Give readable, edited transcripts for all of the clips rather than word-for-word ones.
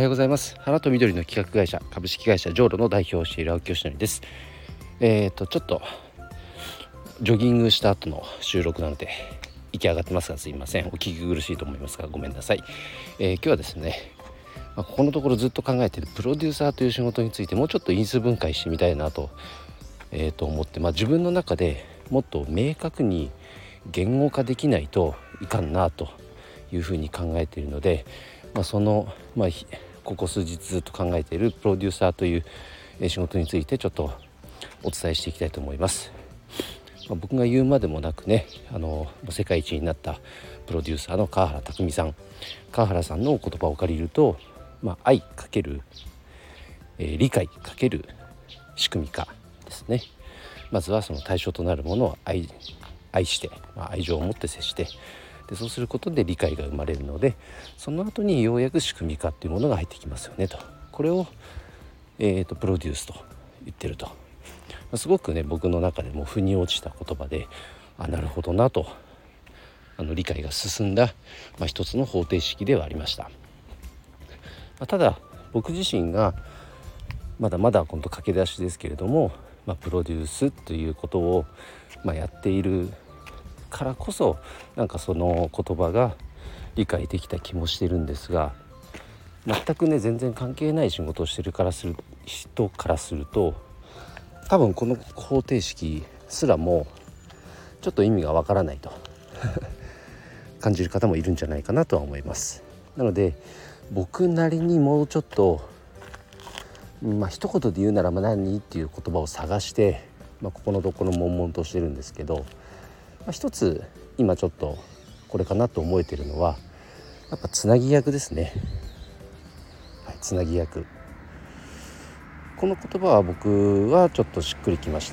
はようございます。花と緑の企画会社株式会社ジョーロの代表をしている青木よしのりです。ちょっとジョギングした後の収録なので息上がってますがすいません。お聞き苦しいと思いますがごめんなさい。今日はですね、ここのところずっと考えているプロデューサーという仕事についてもうちょっと因数分解してみたいなと、思って、自分の中でもっと明確に言語化できないといかんなというふうに考えているので、その、ここ数日ずっと考えているプロデューサーという仕事についてちょっとお伝えしていきたいと思います。僕が言うまでもなくね、世界一になったプロデューサーの川原拓海さん、川原さんの言葉を借りると、愛かける、理解かける仕組み化ですね。まずはその対象となるものを愛して、愛情を持って接して、でそうすることで理解が生まれるので、その後にようやく仕組み化っていうものが入ってきますよねと。これを、プロデュースと言ってると。すごくね、僕の中でも腑に落ちた言葉で、なるほどなと、理解が進んだ、一つの方程式ではありました。ただ僕自身がまだまだ今度駆け出しですけれども、プロデュースということを、やっているからこそ、その言葉が理解できた気もしてるんですが、全くね全然関係ない仕事をしてる人からすると、多分この方程式すらもちょっと意味がわからないと感じる方もいるんじゃないかなとは思います。なので僕なりにもうちょっと、一言で言うなら何っていう言葉を探して、ここのところ悶々としてるんですけど、一つ今ちょっとこれかなと思えているのは、やっぱつなぎ役ですね。つなぎ役、この言葉は僕はちょっとしっくりきました。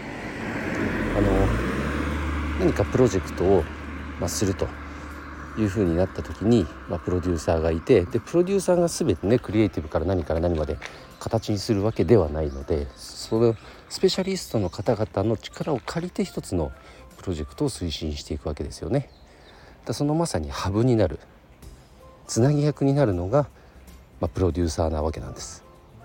何かプロジェクトを、するという風になった時に、プロデューサーがいて、でプロデューサーが全てねクリエイティブから何から何まで形にするわけではないので、そのスペシャリストの方々の力を借りて一つのプロジェクトを推進していくわけですよね。そのまさにハブになる、つなぎ役になるのが、プロデューサーなわけなんです。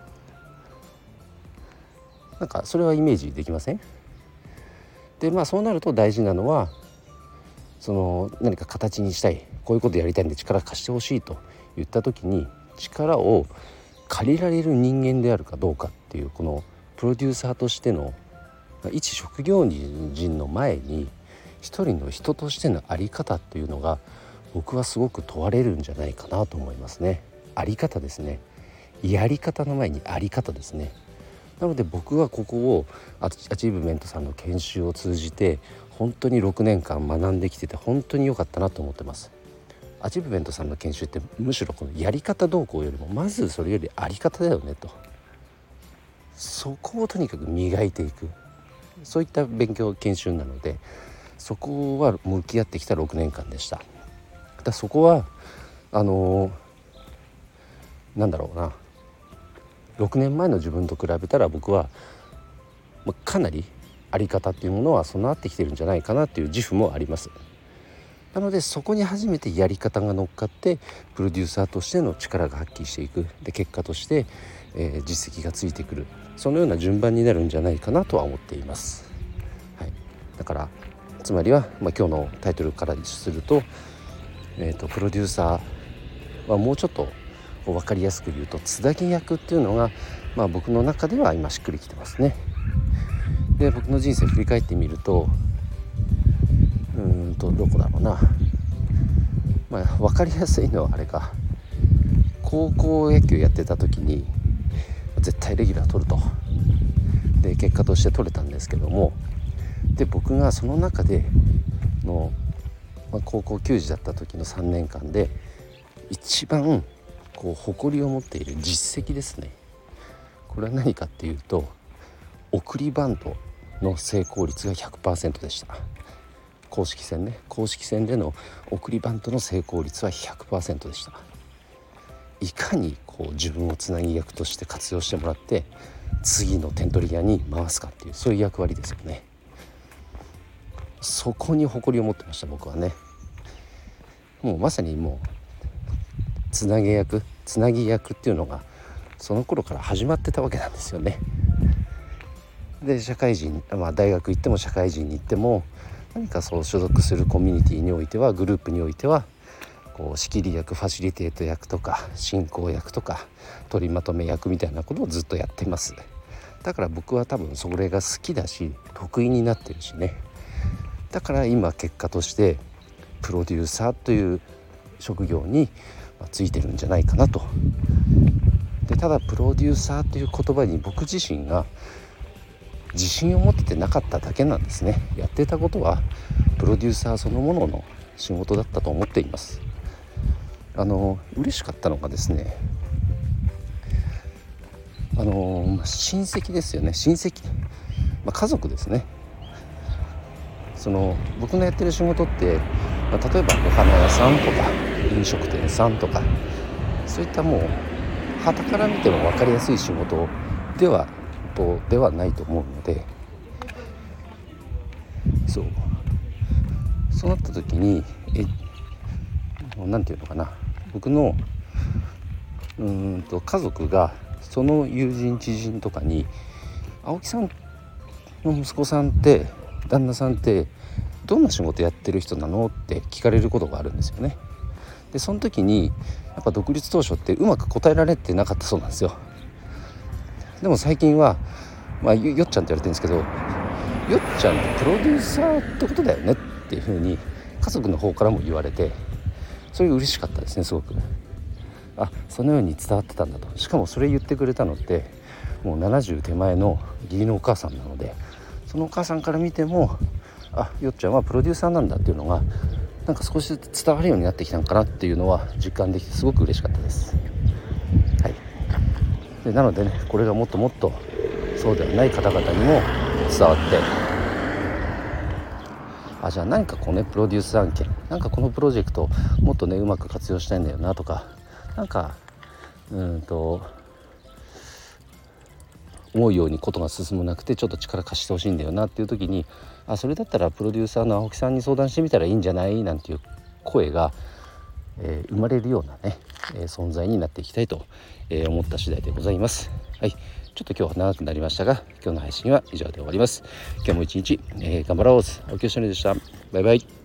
それはイメージできません？でそうなると大事なのは、その何か形にしたい、こういうことやりたいんで力貸してほしいと言った時に、力を借りられる人間であるかどうかっていう、このプロデューサーとしての一職業人の前に一人の人としての在り方っていうのが、僕はすごく問われるんじゃないかなと思いますね。在り方ですね。やり方の前に在り方ですね。なので僕はここをアチーブメントさんの研修を通じて本当に6年間学んできてて、本当に良かったなと思ってます。アチーブメントさんの研修ってむしろこのやり方どうこうよりも、まずそれより在り方だよねと、そこをとにかく磨いていく、そういった研修なので、そこは向き合ってきた6年間でした。そこは6年前の自分と比べたら、僕はかなりあり方っていうものは備わってきてるんじゃないかなっていう自負もあります。なのでそこに初めてやり方が乗っかって、プロデューサーとしての力が発揮していく、で結果として、実績がついてくる、そのような順番になるんじゃないかなとは思っています。だからつまりは、今日のタイトルからすると、プロデューサーはもうちょっと分かりやすく言うと、つなぎ役っていうのが、僕の中では今しっくりきてますね。で僕の人生振り返ってみると、どこだろうな、分かりやすいのはあれか、高校野球やってた時に絶対レギュラー取ると、で結果として取れたんですけども、で僕がその中での、高校球児だった時の3年間で一番誇りを持っている実績ですね。これは何かっていうと、送りバントの成功率が 100% でした。公式戦での送りバントの成功率は 100% でした。いかに自分をつなぎ役として活用してもらって次の点取り屋に回すかっていう、そういう役割ですよね。そこに誇りを持ってました、僕はね。もうまさにつなぎ役っていうのがその頃から始まってたわけなんですよね。で社会人、大学行っても社会人に行っても何かそう所属するコミュニティにおいては、グループにおいてはこう仕切り役、ファシリテート役とか進行役とか取りまとめ役みたいなことをずっとやってます。だから僕は多分それが好きだし得意になってるしね。だから今結果としてプロデューサーという職業についてるんじゃないかなと。でただプロデューサーという言葉に僕自身が自信を持っててなかっただけなんですね。やってたことはプロデューサーそのものの仕事だったと思っています。嬉しかったのがですね、親戚ですよね。親戚、家族ですね。僕のやってる仕事って、例えばお花屋さんとか飲食店さんとかそういったもう傍から見ても分かりやすい仕事ではないと思うので、そうなった時になんていうのかな、僕の家族がその友人知人とかに青木さんの息子さんって旦那さんってどんな仕事やってる人なのって聞かれることがあるんですよね。でその時にやっぱ独立当初ってうまく答えられてなかったそうなんですよ。でも最近は、よっちゃんって言われてるんですけど、よっちゃんってプロデューサーってことだよねっていう風に家族の方からも言われて、それが嬉しかったですね。すごくそのように伝わってたんだと。しかもそれ言ってくれたのってもう70手前の義理のお母さんなので、そのお母さんから見てもよっちゃんはプロデューサーなんだっていうのがなんか少しずつ伝わるようになってきたのかなっていうのは実感できてすごく嬉しかったです。でなのでね、これがもっともっとそうではない方々にも伝わって、じゃあ何かこうねプロデュース案件、なんかこのプロジェクトもっとねうまく活用したいんだよなとか、なんか思うようにことが進まなくてちょっと力貸してほしいんだよなっていう時に、それだったらプロデューサーの青木さんに相談してみたらいいんじゃないなんていう声が、生まれるようなね、存在になっていきたいと、思った次第でございます。はい、ちょっと今日は長くなりましたが、今日の配信は以上で終わります。今日も一日、頑張ろう。青木よしのりでした。バイバイ。